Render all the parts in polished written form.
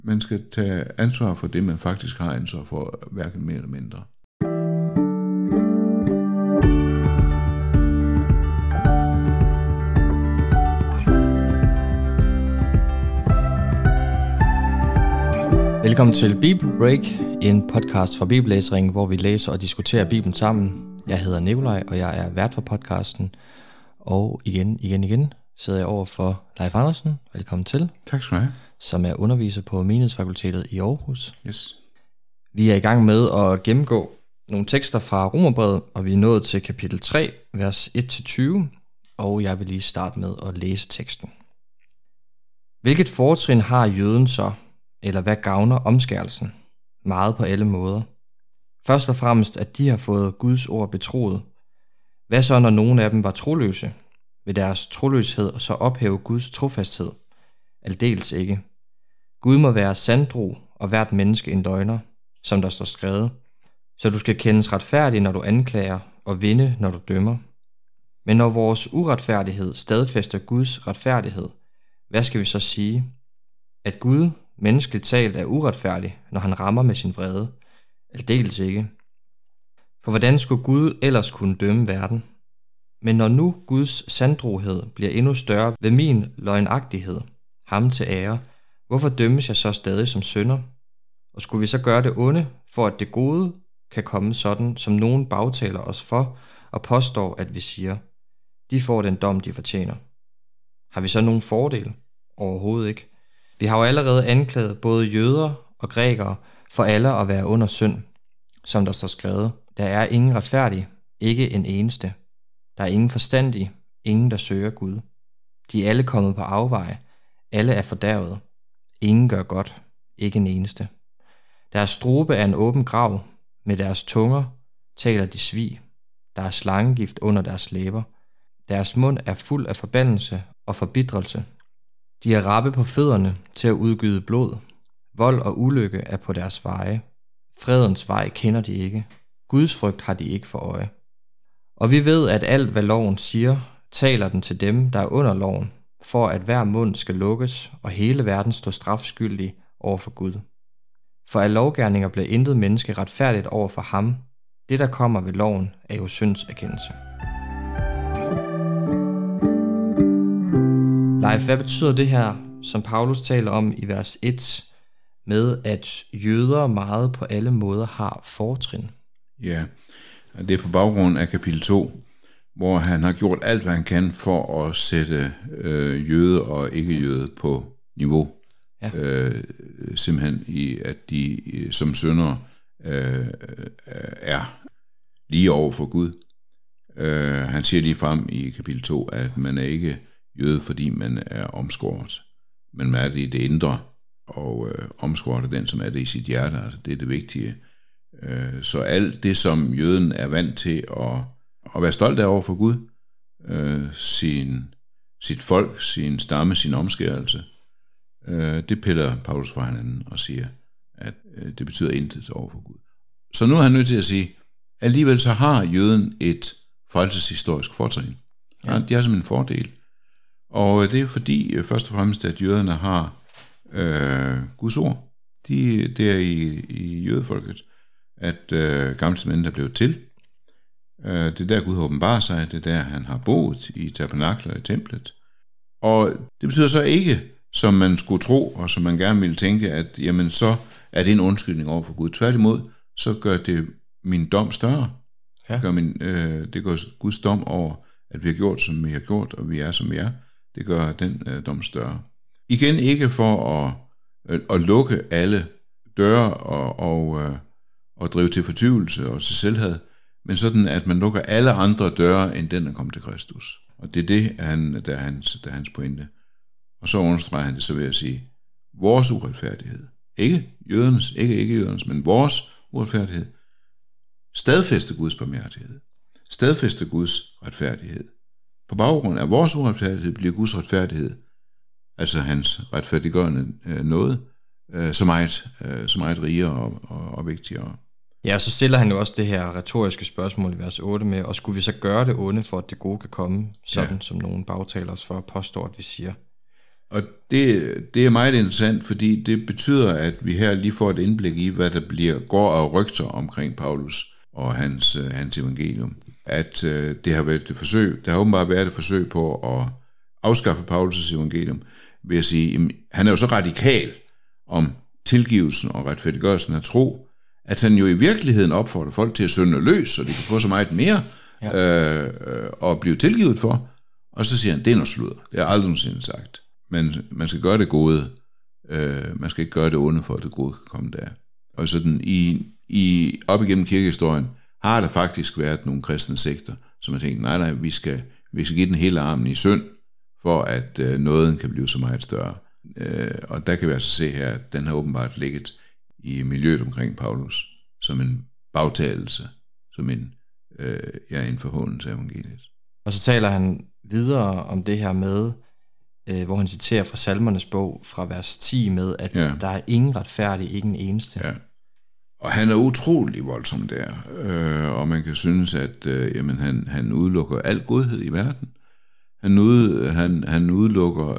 Man skal tage ansvar for det, man faktisk har ansvar for, hverken mere eller mindre. Velkommen til Bible Break, en podcast fra Bibellæseringen, hvor vi læser og diskuterer Bibelen sammen. Jeg hedder Nikolaj, og jeg er vært for podcasten. Og igen sidder jeg over for Leif Andersen. Velkommen til. Tak skal du have. Som er underviser på Menighedsfakultetet i Aarhus. Yes. Vi er i gang med at gennemgå nogle tekster fra Romerbrevet, og vi er nået til kapitel 3, vers 1-20, og jeg vil lige starte med at læse teksten. Hvilket fortrin har jøden så, eller hvad gavner omskærelsen? Meget på alle måder. Først og fremmest, at de har fået Guds ord betroet. Hvad så, når nogen af dem var troløse? Vil deres troløshed så ophæve Guds trofasthed? Aldeles ikke. Gud må være sandro og hvert menneske en løgner, som der står skrevet. Så du skal kendes retfærdig, når du anklager, og vinde, når du dømmer. Men når vores uretfærdighed stadfæster Guds retfærdighed, hvad skal vi så sige? At Gud menneskeligt talt er uretfærdig, når han rammer med sin vrede? Aldeles ikke. For hvordan skulle Gud ellers kunne dømme verden? Men når nu Guds sandrohed bliver endnu større ved min løgnagtighed, ham til ære, hvorfor dømmes jeg så stadig som synder? Og skulle vi så gøre det onde, for at det gode kan komme sådan, som nogen bagtaler os for, og påstår, at vi siger, de får den dom, de fortjener? Har vi så nogen fordel? Overhovedet ikke. Vi har jo allerede anklaget både jøder og grækere for alle at være under synd, som der står skrevet. Der er ingen retfærdig, ikke en eneste. Der er ingen forstandig, ingen der søger Gud. De er alle kommet på afveje, alle er fordærvet. Ingen gør godt, ikke en eneste. Deres strube er en åben grav, med deres tunger taler de svig. Der er slangegift under deres læber. Deres mund er fuld af forbandelse og forbitrelse. De er rappe på fødderne til at udgyde blod. Vold og ulykke er på deres veje. Fredens vej kender de ikke. Guds frygt har de ikke for øje. Og vi ved, at alt, hvad loven siger, taler den til dem, der er under loven, for at hver mund skal lukkes, og hele verden står strafskyldig over for Gud. For af lovgerninger bliver intet menneske retfærdigt over for ham. Det, der kommer ved loven, er jo syndserkendelse. Leif, hvad betyder det her, som Paulus taler om i vers 1, med at jøder meget på alle måder har fortrin? Ja, det er på baggrund af kapitel 2, hvor han har gjort alt, hvad han kan for at sætte jøde og ikke-jøde på niveau. Ja. Simpelthen i, at de som syndere er lige over for Gud. Han siger lige frem i kapitel 2, at man er ikke jøde, fordi man er omskåret, men man er det i det indre, og omskåret er den, som er det i sit hjerte, altså det er det vigtige. Så alt det, som jøden er vant til at være stolt af over for Gud, sit folk, sin stamme, sin omskærelse, det piller Paulus fra hinanden og siger, at det betyder intet over for Gud. Så nu er han nødt til at sige, alligevel så har jøden et frelseshistorisk fortrin. Ja. De har simpelthen en fordel. Og det er fordi, først og fremmest, at jøderne har Guds ord. Det er i jødefolket, at Gamle Testamentet er blevet til. Det er der, Gud har åbenbaret sig. Det er der, han har boet i tabernakler i templet. Og det betyder så ikke, som man skulle tro, og som man gerne ville tænke, at jamen, så er det en undskyldning over for Gud. Tværtimod, så gør det min dom større. Ja. Det gør Guds dom over, at vi har gjort, som vi har gjort, og vi er, som vi er. Det gør den dom større. Igen ikke for at lukke alle døre og drive til fortvivlelse og til selvhed, men sådan, at man lukker alle andre døre, end den, der kom til Kristus. Og det er det, der er hans pointe. Og så understreger han det så ved at sige, vores uretfærdighed, ikke jødernes, ikke jødernes, men vores uretfærdighed, stadfæster Guds barmhjertighed, stadfæster Guds retfærdighed. På baggrund af vores uretfærdighed bliver Guds retfærdighed, altså hans retfærdiggørende noget, så meget rigere og vigtigere. Ja, så stiller han jo også det her retoriske spørgsmål i vers 8 med, og skulle vi så gøre det onde, for at det gode kan komme, sådan som nogen bagtaler os for at påstå, at vi siger? Og det er meget interessant, fordi det betyder, at vi her lige får et indblik i, hvad der går af rygter omkring Paulus og hans evangelium. At det har været et forsøg, der har åbenbart været et forsøg på at afskaffe Paulus' evangelium, ved at sige, jamen, han er jo så radikal om tilgivelsen og retfærdiggørelsen af tro, at han jo i virkeligheden opfordrer folk til at synde løs, så de kan få så meget mere og blive tilgivet for. Og så siger han, det er noget sludder. Det har jeg aldrig nogensinde sagt. Men man skal gøre det gode. Man skal ikke gøre det onde, for at det gode kan komme der. Og sådan op igennem kirkehistorien har der faktisk været nogle kristne sekter, som har tænkt, nej, vi skal give den hele armen i synd, for at nåden kan blive så meget større. Og der kan vi altså se her, at den har åbenbart ligget i miljøet omkring Paulus, som en bagtagelse, som en forhåndelse af evangeliet. Og så taler han videre om det her med, hvor han citerer fra Salmernes bog fra vers 10 med, at der er ingen retfærdig, ikke en eneste. Ja. Og han er utrolig voldsom der, og man kan synes, at han udelukker al godhed i verden. Han udelukker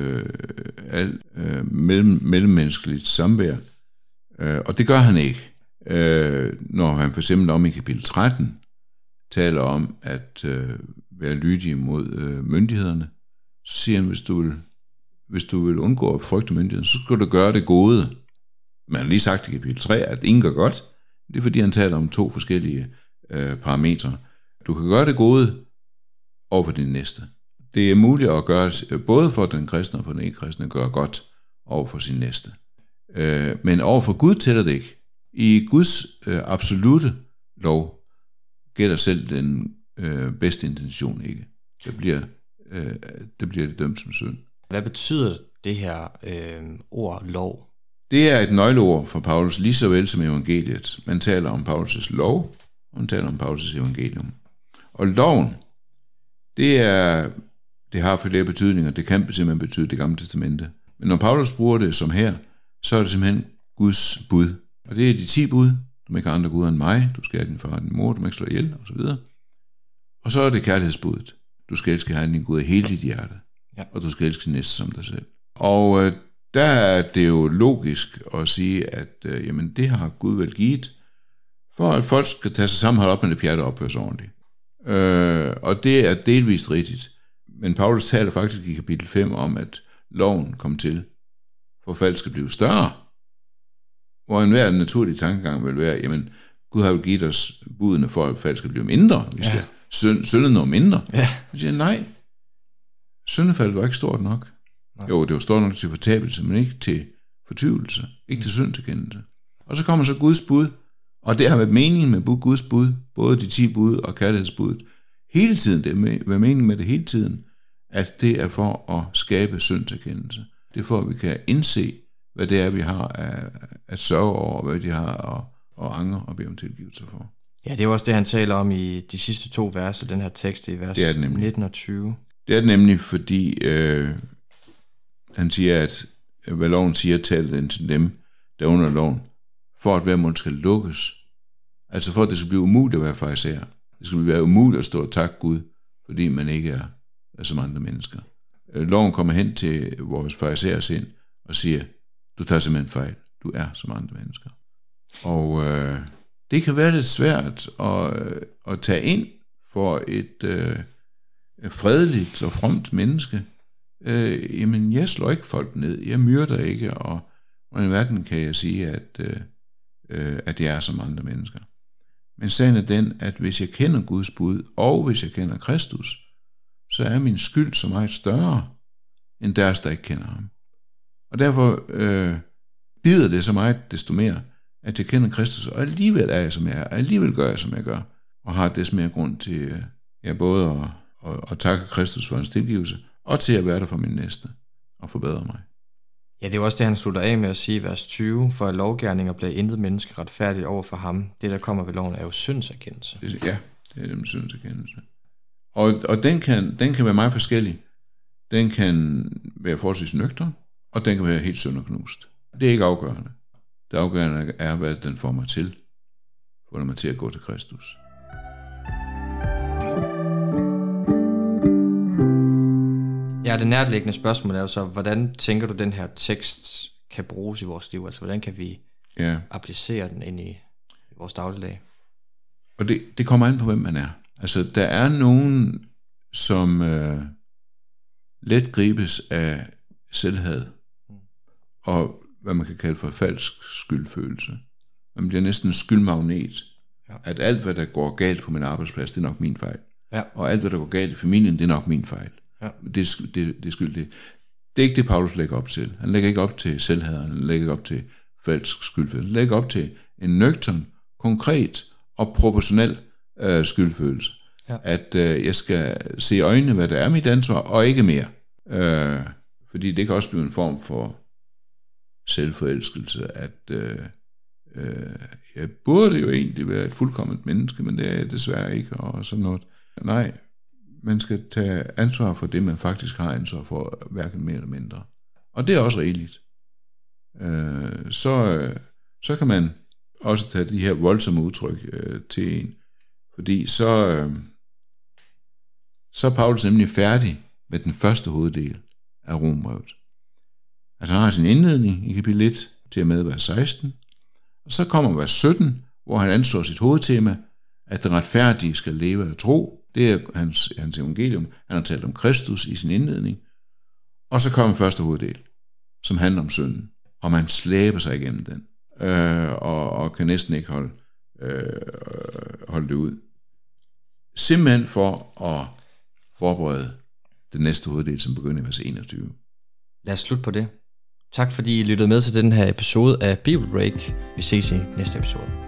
al mellemmenneskeligt samvær, og det gør han ikke. Når han for eksempel om i kapitel 13 taler om at være lydig mod myndighederne, så siger han, hvis du vil undgå at frygte myndighederne, så skal du gøre det gode. Man har lige sagt i kapitel 3, at ingen gør godt. Det er fordi, han taler om 2 forskellige parametre. Du kan gøre det gode over for din næste. Det er muligt at gøre, både for den kristne og for den ikke-kristne, gøre godt over for sin næste. Men over for Gud tæller det ikke. I Guds absolute lov gælder selv den bedste intention ikke. Det bliver det dømt som synd. Hvad betyder det her ord lov? Det er et nøgleord for Paulus, lige så vel som evangeliet. Man taler om Paulus' lov, og man taler om Paulus' evangelium. Og loven, det har flere betydninger. Det kan simpelthen betyde det gamle testamente. Men når Paulus bruger det som her, så er det simpelthen Guds bud. Og det er de 10 bud. Du må ikke have andre guder end mig. Du skal have din far og din mor. Du må ikke slå ihjel, og så videre. Og så er det kærlighedsbuddet. Du skal elske Herren din Gud af hele dit hjerte. Ja. Og du skal elske næste som dig selv. Og der er det jo logisk at sige, at jamen, det har Gud vel givet, for at folk skal tage sig sammen, holde op med det pjat og opføre sig ordentligt. Og det er delvist rigtigt. Men Paulus taler faktisk i kapitel 5 om, at loven kom til, for at faldet skal blive større. Hvor enhver naturlig tankegang vil være, jamen, Gud har jo givet os budene for, at faldet skal blive mindre. Vi skal synde noget mindre. Ja. Han siger, nej, syndefaldet var ikke stort nok. Nej. Jo, det var stort nok til fortabelse, men ikke til fortvivlelse, ikke til syndtilkendelse. Og så kommer så Guds bud, og det har været meningen med Guds bud, både de 10 bud og kærlighedsbuddet, hele tiden, det er meningen med det hele tiden, at det er for at skabe syndtilkendelse. Det er for, at vi kan indse, hvad det er, vi har at sørge over, hvad de har at angre og bede om tilgivelse for. Ja, det er også det, han taler om i de sidste 2 verser, den her tekst i vers 19 og 20. Det er det nemlig, fordi han siger, at hvad loven siger, taler den til dem, der under loven, for at hver mund skal lukkes. Altså for at det skal blive umuligt at være farisæer. Det skal være umuligt at stå og takke Gud, fordi man ikke er som andre mennesker. Loven kommer hen til vores farisæers sind og siger, du tager simpelthen fejl. Du er som andre mennesker. Og det kan være lidt svært at tage ind for et fredeligt og fromt menneske. Jamen, jeg slår ikke folk ned. Jeg myrder ikke, og i verden kan jeg sige, at jeg er som andre mennesker. Men sagen er den, at hvis jeg kender Guds bud, og hvis jeg kender Kristus, så er min skyld så meget større, end deres, der ikke kender ham. Og derfor bider det så meget desto mere, at jeg kender Kristus, og alligevel er jeg, som jeg er, og alligevel gør jeg, som jeg gør, og har desto mere grund til både at takke Kristus for hans tilgivelse, og til at være der for min næste, og forbedre mig. Ja, det er også det, han slutter af med at sige i vers 20, for at lovgerninger bliver intet menneske retfærdigt over for ham. Det, der kommer ved loven, er jo synserkendelse. Ja, det er den synserkendelse. Og den kan være meget forskellig. Den kan være forholdsvis nøgtern, og den kan være helt sønderknust. Det er ikke afgørende. Det afgørende er, hvad den får mig til. Får mig til at gå til Kristus. Ja, Ja, det nærliggende spørgsmål er jo så, hvordan tænker du, den her tekst kan bruges i vores liv? Altså, hvordan kan vi applicere den ind i vores dagligdag? Og det kommer an på, hvem man er. Altså, der er nogen, som let gribes af selvhad, og hvad man kan kalde for falsk skyldfølelse. Man bliver næsten en skyldmagnet. Ja. At alt, hvad der går galt på min arbejdsplads, det er nok min fejl. Ja. Og alt, hvad der går galt i familien, det er nok min fejl. Ja. Det er skyld. Det er ikke det, Paulus lægger op til. Han lægger ikke op til selvhad, han lægger ikke op til falsk skyldfølelse. Han lægger op til en nøgtern, konkret og proportionel skyldfølelse. Ja. At jeg skal se i øjnene, hvad der er mit ansvar, og ikke mere. Fordi det kan også blive en form for selvforelskelse, at jeg burde jo egentlig være et fuldkomment menneske, men det er jeg desværre ikke, og sådan noget. Nej, man skal tage ansvar for det, man faktisk har ansvar for, hverken mere eller mindre. Og det er også rigeligt. Så kan man også tage de her voldsomme udtryk til en, fordi så er Paulus nemlig færdig med den første hoveddel af Romerbrevet. Altså han har sin indledning i kapitel 1 til og med vers 16, og så kommer vers 17, hvor han anslår sit hovedtema, at den retfærdige skal leve af tro. Det er hans evangelium. Han har talt om Kristus i sin indledning. Og så kommer første hoveddel, som handler om synden. Og man slæber sig igennem den, og kan næsten ikke holde det ud. Simpelthen for at forberede den næste hoveddel, som begynder i vers 21. Lad os slutte på det. Tak fordi I lyttede med til den her episode af Bibelbreak. Vi ses i næste episode.